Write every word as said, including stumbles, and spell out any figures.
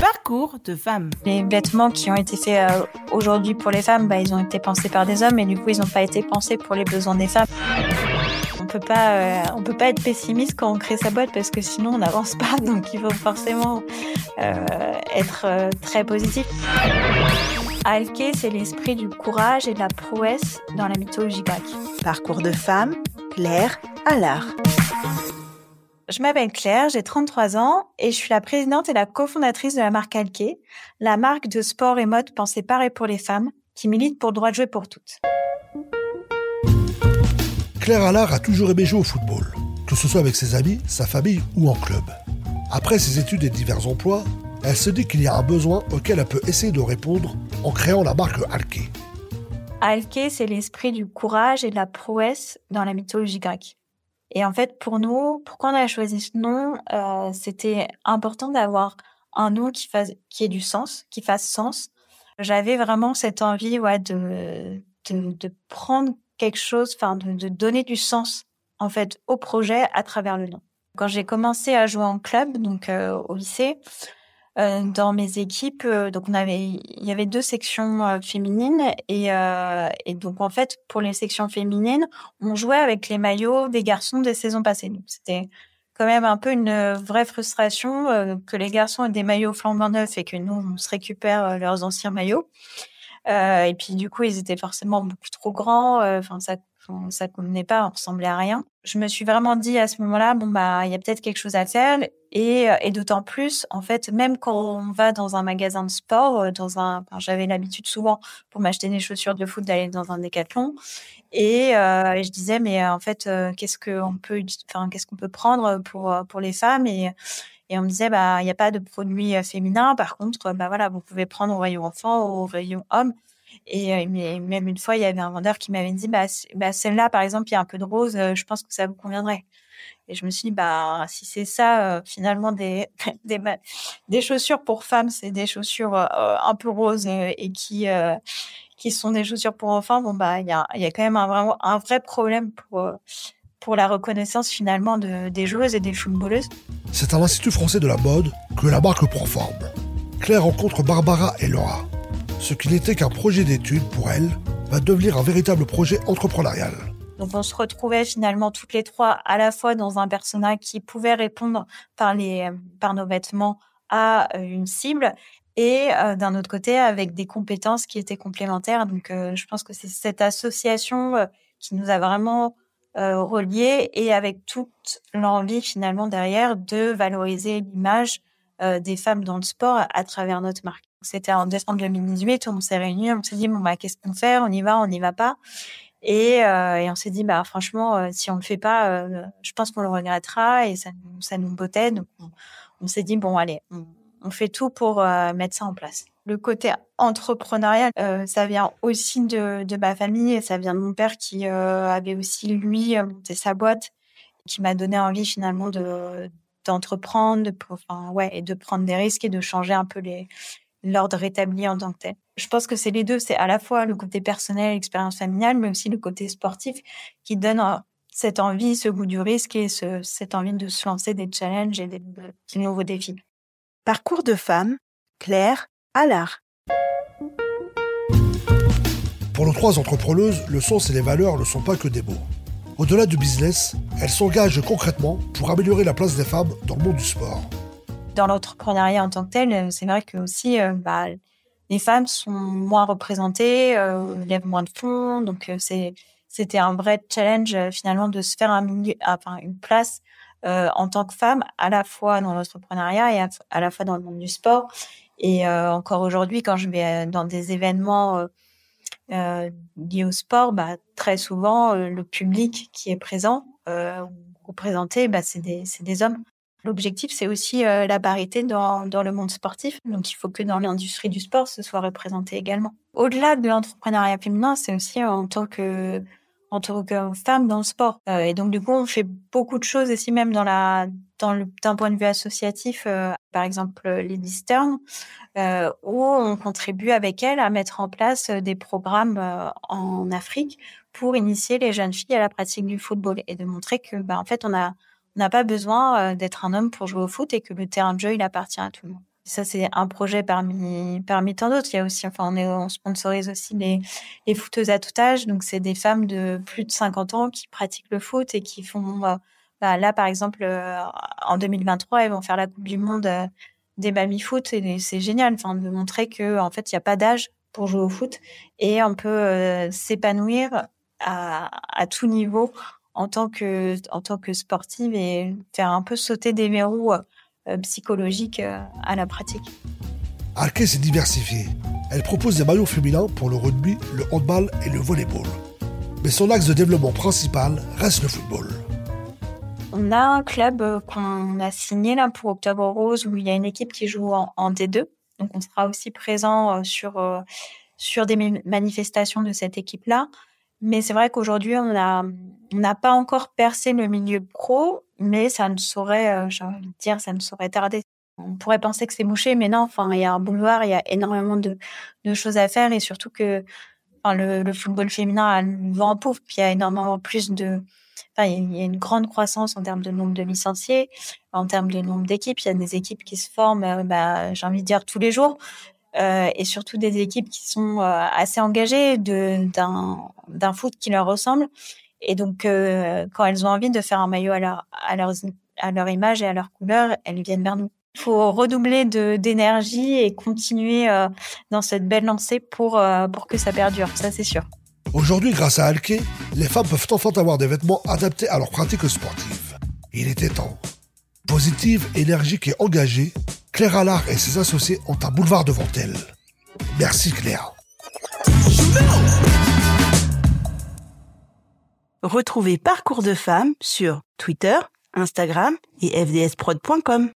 Parcours de femmes. Les vêtements qui ont été faits euh, aujourd'hui pour les femmes, bah, ils ont été pensés par des hommes et du coup, ils n'ont pas été pensés pour les besoins des femmes. On peut pas, euh, on peut pas être pessimiste quand on crée sa boîte parce que sinon on n'avance pas. Donc il faut forcément euh, être euh, très positif. Alké, c'est l'esprit du courage et de la prouesse dans la mythologie grecque. Parcours de femmes, Claire Allard. Je m'appelle Claire, j'ai trente-trois ans et je suis la présidente et la cofondatrice de la marque Alké, la marque de sport et mode pensée par et pour les femmes qui milite pour le droit de jouer pour toutes. Claire Allard a toujours aimé jouer au football, que ce soit avec ses amis, sa famille ou en club. Après ses études et divers emplois, elle se dit qu'il y a un besoin auquel elle peut essayer de répondre en créant la marque Alké. Alké, c'est l'esprit du courage et de la prouesse dans la mythologie grecque. Et en fait, pour nous, pourquoi on a choisi ce nom, euh, c'était important d'avoir un nom qui fasse, qui ait du sens, qui fasse sens. J'avais vraiment cette envie, ouais, de, de, de prendre quelque chose, enfin, de, de donner du sens, en fait, au projet à travers le nom. Quand j'ai commencé à jouer en club, donc euh, au lycée, euh, dans mes équipes, euh, donc on avait, il y avait deux sections euh, féminines et, euh, et donc en fait pour les sections féminines, on jouait avec les maillots des garçons des saisons passées. Donc c'était quand même un peu une vraie frustration euh, que les garçons aient des maillots flambant neufs et que nous on se récupère euh, leurs anciens maillots. Euh, et puis du coup ils étaient forcément beaucoup trop grands. Enfin euh, ça ça convenait pas, on ressemblait à rien. Je me suis vraiment dit à ce moment-là, bon bah il y a peut-être quelque chose à faire et et d'autant plus en fait même quand on va dans un magasin de sport, dans un, enfin, j'avais l'habitude souvent pour m'acheter des chaussures de foot d'aller dans un Décathlon et, euh, et je disais mais en fait euh, qu'est-ce qu'on peut, enfin qu'est-ce qu'on peut prendre pour pour les femmes et et on me disait bah il y a pas de produits féminins, par contre bah voilà vous pouvez prendre au rayon enfant ou au rayon homme. Et euh, mais même une fois, il y avait un vendeur qui m'avait dit bah, bah celle-là, par exemple, il y a un peu de rose, euh, je pense que ça vous conviendrait. Et je me suis dit bah si c'est ça, euh, finalement des des des chaussures pour femmes, c'est des chaussures euh, un peu roses euh, et qui euh, qui sont des chaussures pour enfants. Bon bah il y a il y a quand même un vraiment un vrai problème pour euh, pour la reconnaissance finalement de des joueuses et des footballeuses. C'est à l'Institut français de la mode que la marque prend forme. Claire rencontre Barbara et Laura. Ce qui n'était qu'un projet d'études pour elle va devenir un véritable projet entrepreneurial. Donc on se retrouvait finalement toutes les trois à la fois dans un persona qui pouvait répondre par les par nos vêtements à une cible et euh, d'un autre côté avec des compétences qui étaient complémentaires. Donc euh, je pense que c'est cette association euh, qui nous a vraiment euh, reliés et avec toute l'envie finalement derrière de valoriser l'image euh, des femmes dans le sport à, à travers notre marque. C'était en décembre deux mille dix-huit, on s'est réunis, on s'est dit bon bah qu'est-ce qu'on fait, on y va, on n'y va pas, et, euh, et on s'est dit bah franchement euh, si on le fait pas, euh, je pense qu'on le regrettera et ça, ça nous bottait, donc on, on s'est dit bon allez, on, on fait tout pour euh, mettre ça en place. Le côté entrepreneurial, euh, ça vient aussi de, de ma famille et ça vient de mon père qui euh, avait aussi lui monté sa boîte, qui m'a donné envie finalement de d'entreprendre, de, enfin ouais, et de prendre des risques et de changer un peu les l'ordre établi en tant que tel. Je pense que c'est les deux, c'est à la fois le côté personnel, l'expérience familiale, mais aussi le côté sportif qui donne cette envie, ce goût du risque et ce, cette envie de se lancer des challenges et des, des nouveaux défis. Parcours de femmes, Claire Allard. Pour nos trois entrepreneuses, le sens et les valeurs ne sont pas que des mots. Au-delà du business, elles s'engagent concrètement pour améliorer la place des femmes dans le monde du sport. Dans l'entrepreneuriat en tant que tel, c'est vrai que aussi, euh, bah, les femmes sont moins représentées, euh, lèvent moins de fonds, donc euh, c'est, c'était un vrai challenge euh, finalement de se faire un milieu, enfin une place euh, en tant que femme, à la fois dans l'entrepreneuriat et à, à la fois dans le monde du sport. Et euh, encore aujourd'hui, quand je vais dans des événements euh, euh, liés au sport, bah, très souvent euh, le public qui est présent, euh, représenté, bah, c'est des, c'est des hommes. L'objectif, c'est aussi euh, la parité dans, dans le monde sportif. Donc, il faut que dans l'industrie du sport, ce soit représenté également. Au-delà de l'entrepreneuriat féminin, c'est aussi en tant que, en tant que femme dans le sport. Euh, et donc, du coup, on fait beaucoup de choses aussi, même dans la, dans le, d'un point de vue associatif. Euh, par exemple, Lady Stern, euh, où on contribue avec elle à mettre en place des programmes euh, en Afrique pour initier les jeunes filles à la pratique du football et de montrer que, bah, en fait, on a On n'a pas besoin euh, d'être un homme pour jouer au foot et que le terrain de jeu, il appartient à tout le monde. Ça, c'est un projet parmi parmi tant d'autres. Il y a aussi, enfin, on, est, on sponsorise aussi les, les footeuses à tout âge. Donc, c'est des femmes de plus de cinquante ans qui pratiquent le foot et qui font... Euh, bah, là, par exemple, euh, en deux mille vingt-trois, elles vont faire la Coupe du Monde euh, des mamies foot. Et c'est génial, enfin, de montrer que en fait, il n'y a pas d'âge pour jouer au foot. Et on peut euh, s'épanouir à, à tout niveau en tant que, en tant que sportive et faire un peu sauter des verrous euh, psychologiques euh, à la pratique. Alké s'est diversifiée. Elle propose des maillots féminins pour le rugby, le handball et le volleyball. Mais son axe de développement principal reste le football. On a un club euh, qu'on a signé là pour Octobre Rose où il y a une équipe qui joue en, en D deux. Donc, on sera aussi présent euh, sur, euh, sur des manifestations de cette équipe-là. Mais c'est vrai qu'aujourd'hui, on a, on n'a pas encore percé le milieu pro, mais ça ne saurait, euh, j'ai envie de dire, ça ne saurait tarder. On pourrait penser que c'est bouché, mais non, enfin, il y a un boulevard, il y a énormément de, de choses à faire et surtout que, enfin, le, le football féminin a le vent en poupe, puis il y a énormément plus de, enfin, il y a une grande croissance en termes de nombre de licenciés, en termes de nombre d'équipes. Il y a des équipes qui se forment, euh, bah, j'ai envie de dire tous les jours. Euh, et surtout des équipes qui sont euh, assez engagées de, d'un, d'un foot qui leur ressemble. Et donc, euh, quand elles ont envie de faire un maillot à leur, à leur, à leur image et à leur couleur, elles viennent vers nous. Il faut redoubler de, d'énergie et continuer euh, dans cette belle lancée pour, euh, pour que ça perdure, ça c'est sûr. Aujourd'hui, grâce à Alké, les femmes peuvent enfin avoir des vêtements adaptés à leurs pratiques sportives. Il était temps. Positive, énergique et engagée, Claire Allard et ses associés ont un boulevard devant elles. Merci Claire. Retrouvez Parcours de femmes sur Twitter, Instagram et f d s prod point com.